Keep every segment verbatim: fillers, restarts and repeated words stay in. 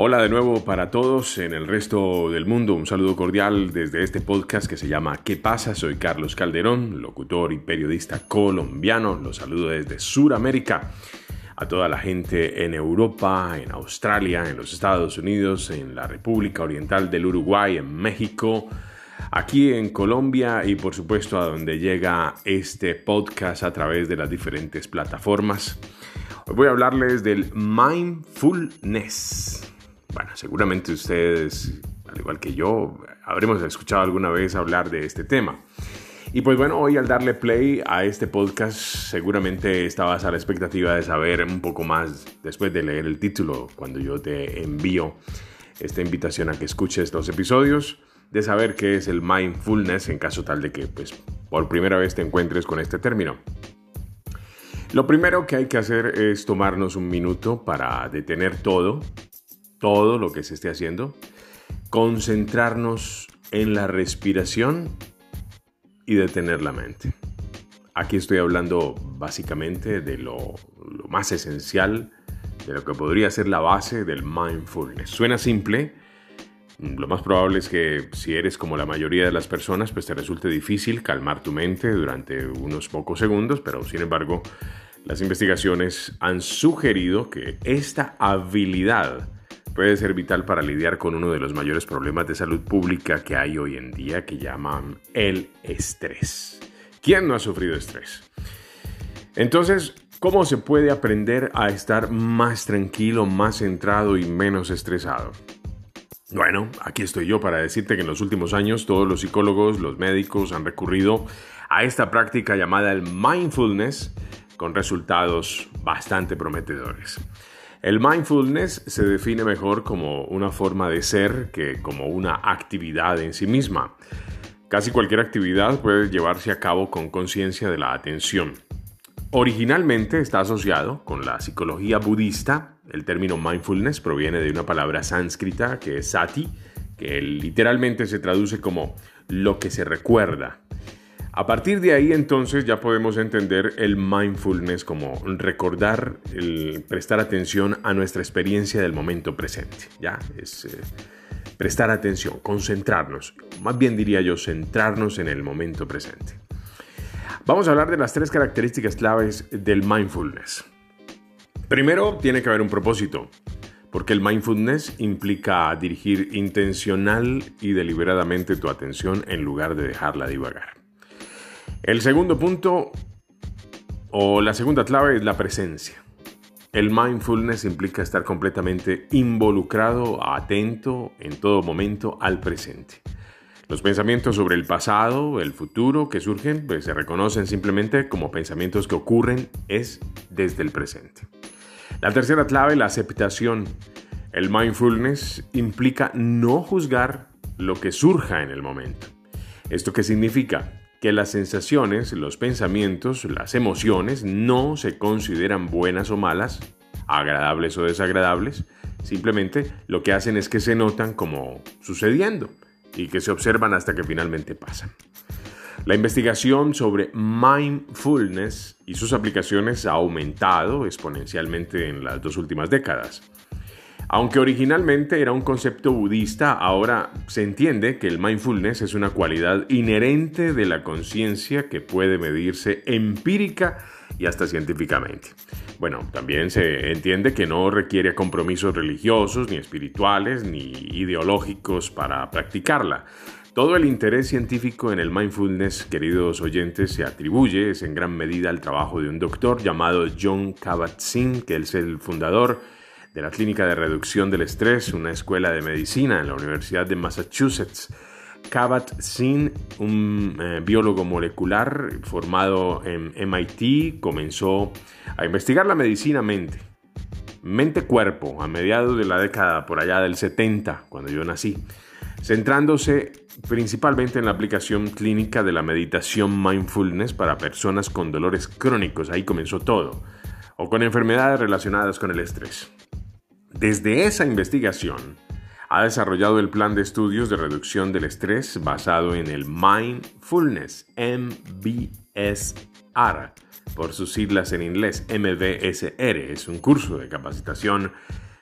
Hola de nuevo para todos en el resto del mundo. Un saludo cordial desde este podcast que se llama ¿Qué pasa? Soy Carlos Calderón, locutor y periodista colombiano. Los saludo desde Sudamérica. A toda la gente en Europa, en Australia, en los Estados Unidos, en la República Oriental del Uruguay, en México, aquí en Colombia y por supuesto a donde llega este podcast a través de las diferentes plataformas. Hoy voy a hablarles del mindfulness. Bueno, seguramente ustedes, al igual que yo, habremos escuchado alguna vez hablar de este tema. Y pues bueno, hoy al darle play a este podcast, seguramente estabas a la expectativa de saber un poco más después de leer el título, cuando yo te envío esta invitación a que escuches los episodios, de saber qué es el mindfulness en caso tal de que pues, por primera vez te encuentres con este término. Lo primero que hay que hacer es tomarnos un minuto para detener todo, todo lo que se esté haciendo, concentrarnos en la respiración y detener la mente. Aquí estoy hablando básicamente de lo, lo más esencial, de lo que podría ser la base del mindfulness. Suena simple, lo más probable es que si eres como la mayoría de las personas, pues te resulte difícil calmar tu mente durante unos pocos segundos, pero sin embargo, las investigaciones han sugerido que esta habilidad puede ser vital para lidiar con uno de los mayores problemas de salud pública que hay hoy en día, que llaman el estrés. ¿Quién no ha sufrido estrés? Entonces, ¿cómo se puede aprender a estar más tranquilo, más centrado y menos estresado? Bueno, aquí estoy yo para decirte que en los últimos años todos los psicólogos, los médicos han recurrido a esta práctica llamada el mindfulness con resultados bastante prometedores. El mindfulness se define mejor como una forma de ser que como una actividad en sí misma. Casi cualquier actividad puede llevarse a cabo con conciencia de la atención. Originalmente está asociado con la psicología budista. El término mindfulness proviene de una palabra sánscrita que es sati, que literalmente se traduce como lo que se recuerda. A partir de ahí, entonces, ya podemos entender el mindfulness como recordar, el prestar atención a nuestra experiencia del momento presente. Ya, es eh, prestar atención, concentrarnos, más bien diría yo, centrarnos en el momento presente. Vamos a hablar de las tres características claves del mindfulness. Primero, tiene que haber un propósito, porque el mindfulness implica dirigir intencional y deliberadamente tu atención en lugar de dejarla divagar. El segundo punto, o la segunda clave, es la presencia. El mindfulness implica estar completamente involucrado, atento, en todo momento al presente. Los pensamientos sobre el pasado, el futuro que surgen, pues se reconocen simplemente como pensamientos que ocurren es desde el presente. La tercera clave, la aceptación. El mindfulness implica no juzgar lo que surja en el momento. ¿Esto qué significa? Que las sensaciones, los pensamientos, las emociones no se consideran buenas o malas, agradables o desagradables, simplemente lo que hacen es que se notan como sucediendo y que se observan hasta que finalmente pasan. La investigación sobre mindfulness y sus aplicaciones ha aumentado exponencialmente en las dos últimas décadas. Aunque originalmente era un concepto budista, ahora se entiende que el mindfulness es una cualidad inherente de la conciencia que puede medirse empírica y hasta científicamente. Bueno, también se entiende que no requiere compromisos religiosos, ni espirituales, ni ideológicos para practicarla. Todo el interés científico en el mindfulness, queridos oyentes, se atribuye es en gran medida al trabajo de un doctor llamado Jon Kabat-Zinn, que es el fundador de la Clínica de Reducción del Estrés, una escuela de medicina en la Universidad de Massachusetts. Kabat-Zinn, un eh, biólogo molecular formado en M I T, comenzó a investigar la medicina mente, mente-cuerpo, a mediados de la década por allá del setenta, cuando yo nací, centrándose principalmente en la aplicación clínica de la meditación mindfulness para personas con dolores crónicos, ahí comenzó todo, o con enfermedades relacionadas con el estrés. Desde esa investigación, ha desarrollado el plan de estudios de reducción del estrés basado en el Mindfulness, M B S R, por sus siglas en inglés, M B S R. Es un curso de capacitación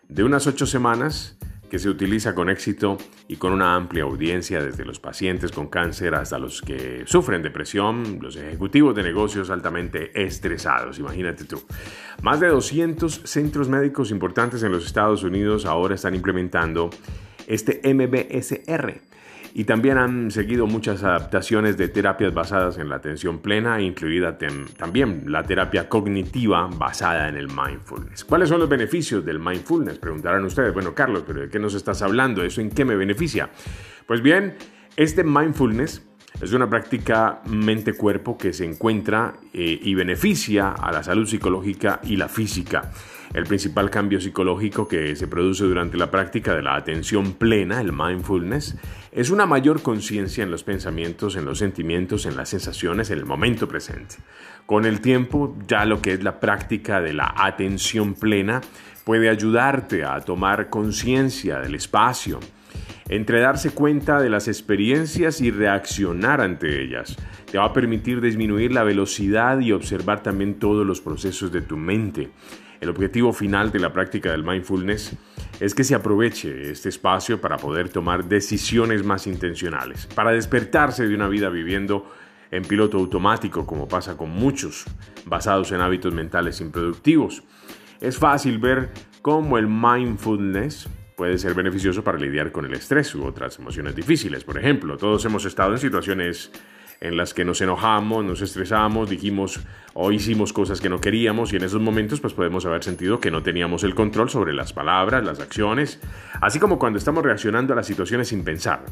de unas ocho semanas que se utiliza con éxito y con una amplia audiencia desde los pacientes con cáncer hasta los que sufren depresión, los ejecutivos de negocios altamente estresados, imagínate tú. Más de doscientos centros médicos importantes en los Estados Unidos ahora están implementando este M B S R. Y también han seguido muchas adaptaciones de terapias basadas en la atención plena, incluida tem- también la terapia cognitiva basada en el mindfulness. ¿Cuáles son los beneficios del mindfulness? Preguntarán ustedes. Bueno, Carlos, ¿pero de qué nos estás hablando? ¿Eso en qué me beneficia? Pues bien, este mindfulness es una práctica mente-cuerpo que se encuentra eh, y beneficia a la salud psicológica y la física. El principal cambio psicológico que se produce durante la práctica de la atención plena, el mindfulness, es una mayor conciencia en los pensamientos, en los sentimientos, en las sensaciones, en el momento presente. Con el tiempo, ya lo que es la práctica de la atención plena puede ayudarte a tomar conciencia del espacio, entre darse cuenta de las experiencias y reaccionar ante ellas. Te va a permitir disminuir la velocidad y observar también todos los procesos de tu mente. El objetivo final de la práctica del mindfulness es que se aproveche este espacio para poder tomar decisiones más intencionales, para despertarse de una vida viviendo en piloto automático, como pasa con muchos, basados en hábitos mentales improductivos. Es fácil ver cómo el mindfulness puede ser beneficioso para lidiar con el estrés u otras emociones difíciles. Por ejemplo, todos hemos estado en situaciones en las que nos enojamos, nos estresamos, dijimos o hicimos cosas que no queríamos, y en esos momentos pues podemos haber sentido que no teníamos el control sobre las palabras, las acciones, así como cuando estamos reaccionando a las situaciones sin pensar.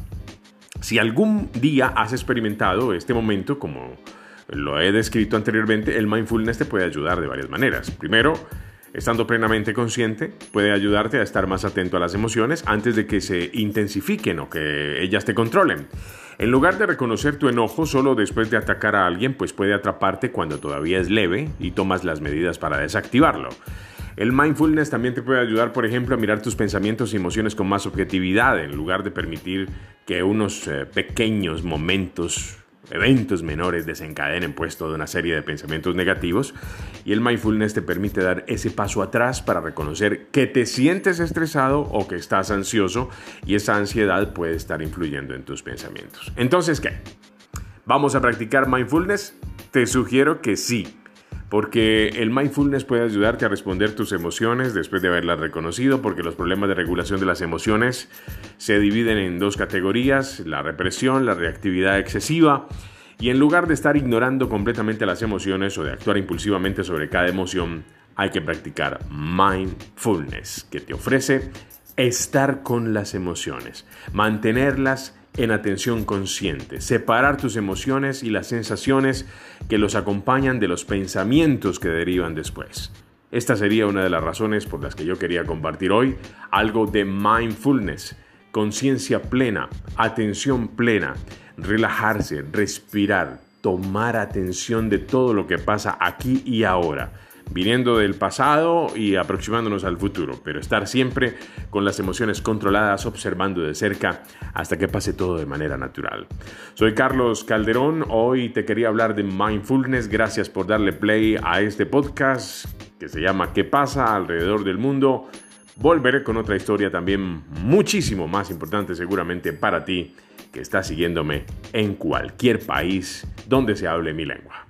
Si algún día has experimentado este momento, como lo he descrito anteriormente, el mindfulness te puede ayudar de varias maneras. Primero, estando plenamente consciente, puede ayudarte a estar más atento a las emociones antes de que se intensifiquen o que ellas te controlen. En lugar de reconocer tu enojo solo después de atacar a alguien, pues puede atraparte cuando todavía es leve y tomas las medidas para desactivarlo. El mindfulness también te puede ayudar, por ejemplo, a mirar tus pensamientos y emociones con más objetividad, en lugar de permitir que unos eh, pequeños momentos, eventos menores desencadenen pues toda una serie de pensamientos negativos. Y el mindfulness te permite dar ese paso atrás para reconocer que te sientes estresado o que estás ansioso, y esa ansiedad puede estar influyendo en tus pensamientos. Entonces, ¿qué? ¿Vamos a practicar mindfulness? Te sugiero que sí, porque el mindfulness puede ayudarte a responder tus emociones después de haberlas reconocido, porque los problemas de regulación de las emociones se dividen en dos categorías: la represión, la reactividad excesiva. Y en lugar de estar ignorando completamente las emociones o de actuar impulsivamente sobre cada emoción, hay que practicar mindfulness, que te ofrece estar con las emociones, mantenerlas en atención consciente, separar tus emociones y las sensaciones que los acompañan de los pensamientos que derivan después. Esta sería una de las razones por las que yo quería compartir hoy algo de mindfulness: conciencia plena, atención plena, relajarse, respirar, tomar atención de todo lo que pasa aquí y ahora, viniendo del pasado y aproximándonos al futuro, pero estar siempre con las emociones controladas, observando de cerca hasta que pase todo de manera natural. Soy Carlos Calderón, hoy te quería hablar de mindfulness. Gracias por darle play a este podcast que se llama ¿Qué pasa alrededor del mundo? Volveré con otra historia también muchísimo más importante seguramente para ti, que estás siguiéndome en cualquier país donde se hable mi lengua.